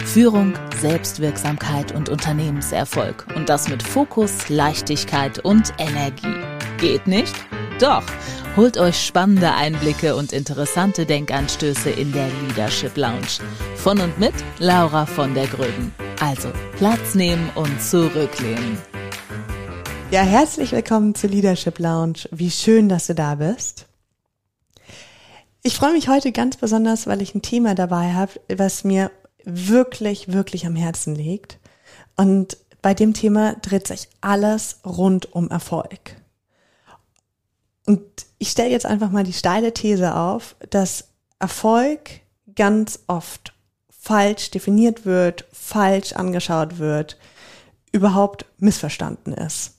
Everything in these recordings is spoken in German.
Führung, Selbstwirksamkeit und Unternehmenserfolg. Und das mit Fokus, Leichtigkeit und Energie. Geht nicht? Doch! Holt euch spannende Einblicke und interessante Denkanstöße in der Leadership Lounge. Von und mit Laura von der Gröben. Also Platz nehmen und zurücklehnen. Ja, herzlich willkommen zur Leadership Lounge. Wie schön, dass du da bist. Ich freue mich heute ganz besonders, weil ich ein Thema dabei habe, was mir wirklich, wirklich am Herzen liegt. Und bei dem Thema dreht sich alles rund um Erfolg. Und ich stelle jetzt einfach mal die steile These auf, dass Erfolg ganz oft falsch definiert wird, falsch angeschaut wird, überhaupt missverstanden ist.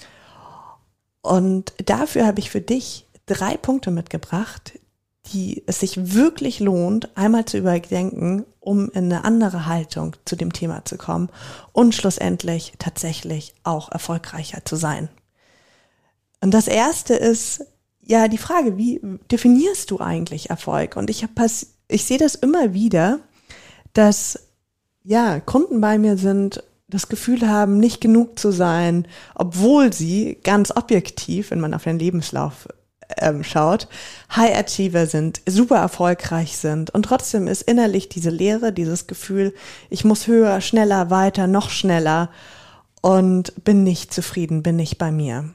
Und dafür habe ich für dich 3 Punkte mitgebracht, die es sich wirklich lohnt, einmal zu überdenken, um in eine andere Haltung zu dem Thema zu kommen und schlussendlich tatsächlich auch erfolgreicher zu sein. Und das erste ist ja die Frage, wie definierst du eigentlich Erfolg? Und ich sehe das immer wieder, dass ja Kunden bei mir sind, das Gefühl haben, nicht genug zu sein, obwohl sie ganz objektiv, wenn man auf den Lebenslauf schaut, High Achiever sind, super erfolgreich sind und trotzdem ist innerlich diese Leere, dieses Gefühl, ich muss höher, schneller, weiter, noch schneller und bin nicht zufrieden, bin nicht bei mir.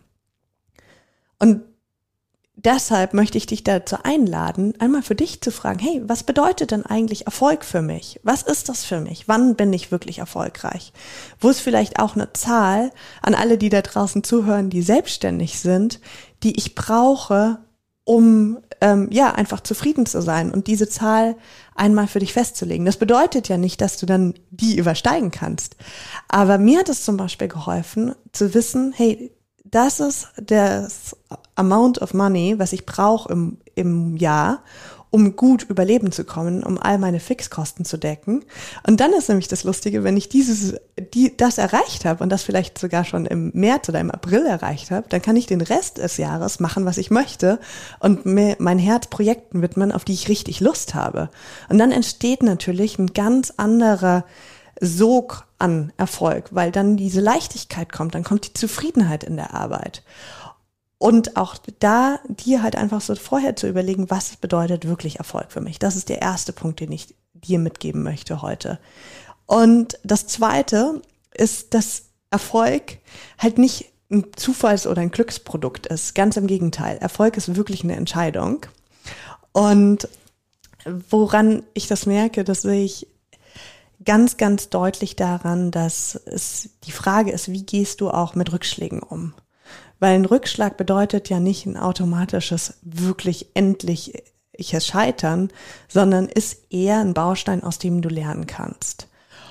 Und deshalb möchte ich dich dazu einladen, einmal für dich zu fragen, hey, was bedeutet denn eigentlich Erfolg für mich? Was ist das für mich? Wann bin ich wirklich erfolgreich? Wo ist vielleicht auch eine Zahl an alle, die da draußen zuhören, die selbstständig sind, die ich brauche, um einfach zufrieden zu sein und diese Zahl einmal für dich festzulegen. Das bedeutet ja nicht, dass du dann die übersteigen kannst. Aber mir hat es zum Beispiel geholfen, zu wissen, hey, das ist das Amount of Money, was ich brauche im Jahr, um gut überleben zu kommen, um all meine Fixkosten zu decken. Und dann ist nämlich das Lustige, wenn ich das erreicht habe und das vielleicht sogar schon im März oder im April erreicht habe, dann kann ich den Rest des Jahres machen, was ich möchte und mir mein Herz Projekten widmen, auf die ich richtig Lust habe. Und dann entsteht natürlich ein ganz anderer Sog an Erfolg, weil dann diese Leichtigkeit kommt, dann kommt die Zufriedenheit in der Arbeit. Und auch da dir halt einfach so vorher zu überlegen, was bedeutet wirklich Erfolg für mich. Das ist der erste Punkt, den ich dir mitgeben möchte heute. Und das zweite ist, dass Erfolg halt nicht ein Zufalls- oder ein Glücksprodukt ist. Ganz im Gegenteil. Erfolg ist wirklich eine Entscheidung. Und woran ich das merke, das sehe ich ganz, ganz deutlich daran, dass es die Frage ist, wie gehst du auch mit Rückschlägen um? Weil ein Rückschlag bedeutet ja nicht ein automatisches, wirklich endliches Scheitern, sondern ist eher ein Baustein, aus dem du lernen kannst.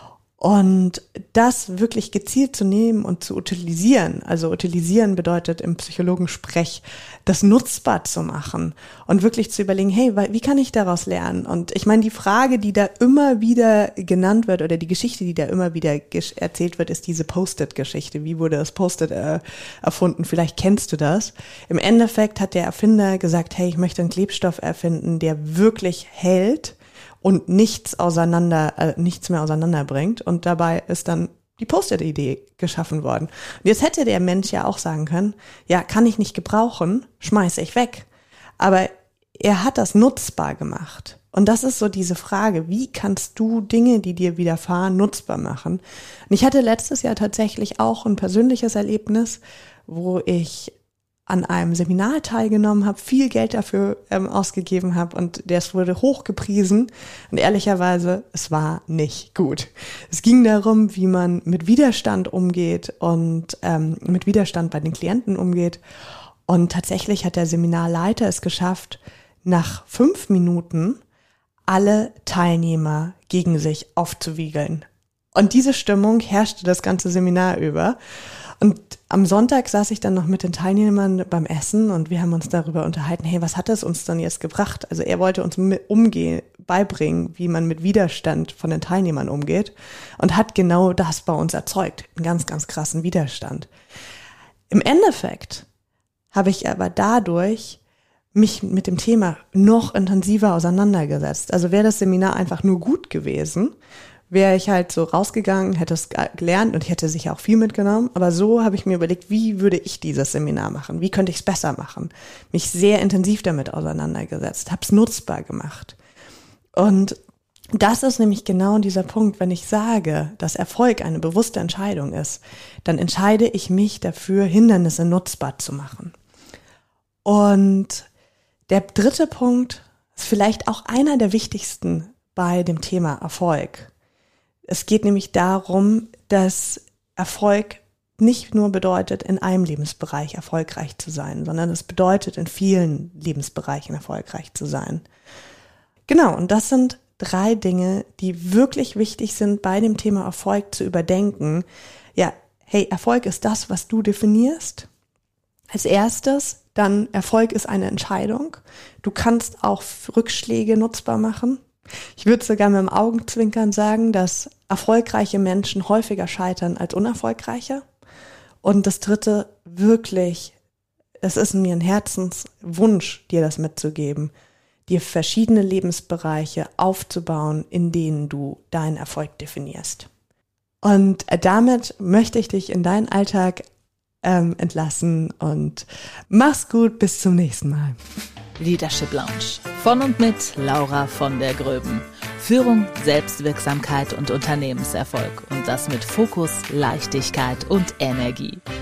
Und das wirklich gezielt zu nehmen und zu utilisieren, also utilisieren bedeutet im Psychologensprech, das nutzbar zu machen und wirklich zu überlegen, hey, wie kann ich daraus lernen? Und ich meine, die Frage, die da immer wieder genannt wird oder die Geschichte, die da immer wieder erzählt wird, ist diese Post-it-Geschichte. Wie wurde das Post-it erfunden? Vielleicht kennst du das. Im Endeffekt hat der Erfinder gesagt, hey, ich möchte einen Klebstoff erfinden, der wirklich hält und nichts mehr auseinanderbringt. Und dabei ist dann die Post-it-Idee geschaffen worden. Und jetzt hätte der Mensch ja auch sagen können, ja, kann ich nicht gebrauchen, schmeiße ich weg. Aber er hat das nutzbar gemacht. Und das ist so diese Frage, wie kannst du Dinge, die dir widerfahren, nutzbar machen? Und ich hatte letztes Jahr tatsächlich auch ein persönliches Erlebnis, wo ich an einem Seminar teilgenommen habe, viel Geld dafür ausgegeben habe und das wurde hochgepriesen und ehrlicherweise, es war nicht gut. Es ging darum, wie man mit Widerstand umgeht und mit Widerstand bei den Klienten umgeht und tatsächlich hat der Seminarleiter es geschafft, nach 5 Minuten alle Teilnehmer gegen sich aufzuwiegeln. Und diese Stimmung herrschte das ganze Seminar über. Und am Sonntag saß ich dann noch mit den Teilnehmern beim Essen und wir haben uns darüber unterhalten, hey, was hat es uns denn jetzt gebracht? Also er wollte uns beibringen, wie man mit Widerstand von den Teilnehmern umgeht und hat genau das bei uns erzeugt, einen ganz, ganz krassen Widerstand. Im Endeffekt habe ich aber dadurch mich mit dem Thema noch intensiver auseinandergesetzt. Also wäre das Seminar einfach nur gut gewesen, wäre ich halt so rausgegangen, hätte es gelernt und ich hätte sicher auch viel mitgenommen. Aber so habe ich mir überlegt, wie würde ich dieses Seminar machen? Wie könnte ich es besser machen? Mich sehr intensiv damit auseinandergesetzt, habe es nutzbar gemacht. Und das ist nämlich genau dieser Punkt, wenn ich sage, dass Erfolg eine bewusste Entscheidung ist, dann entscheide ich mich dafür, Hindernisse nutzbar zu machen. Und der dritte Punkt ist vielleicht auch einer der wichtigsten bei dem Thema Erfolg. Es geht nämlich darum, dass Erfolg nicht nur bedeutet, in einem Lebensbereich erfolgreich zu sein, sondern es bedeutet, in vielen Lebensbereichen erfolgreich zu sein. Genau, und das sind 3 Dinge, die wirklich wichtig sind, bei dem Thema Erfolg zu überdenken. Ja, hey, Erfolg ist das, was du definierst. Als erstes, dann Erfolg ist eine Entscheidung. Du kannst auch Rückschläge nutzbar machen. Ich würde sogar mit dem Augenzwinkern sagen, dass erfolgreiche Menschen häufiger scheitern als unerfolgreiche. Und das dritte, wirklich, es ist mir ein Herzenswunsch, dir das mitzugeben, dir verschiedene Lebensbereiche aufzubauen, in denen du deinen Erfolg definierst. Und damit möchte ich dich in deinen Alltag entlassen und mach's gut, bis zum nächsten Mal. Leadership Lounge von und mit Laura von der Gröben. Führung, Selbstwirksamkeit und Unternehmenserfolg und das mit Fokus, Leichtigkeit und Energie.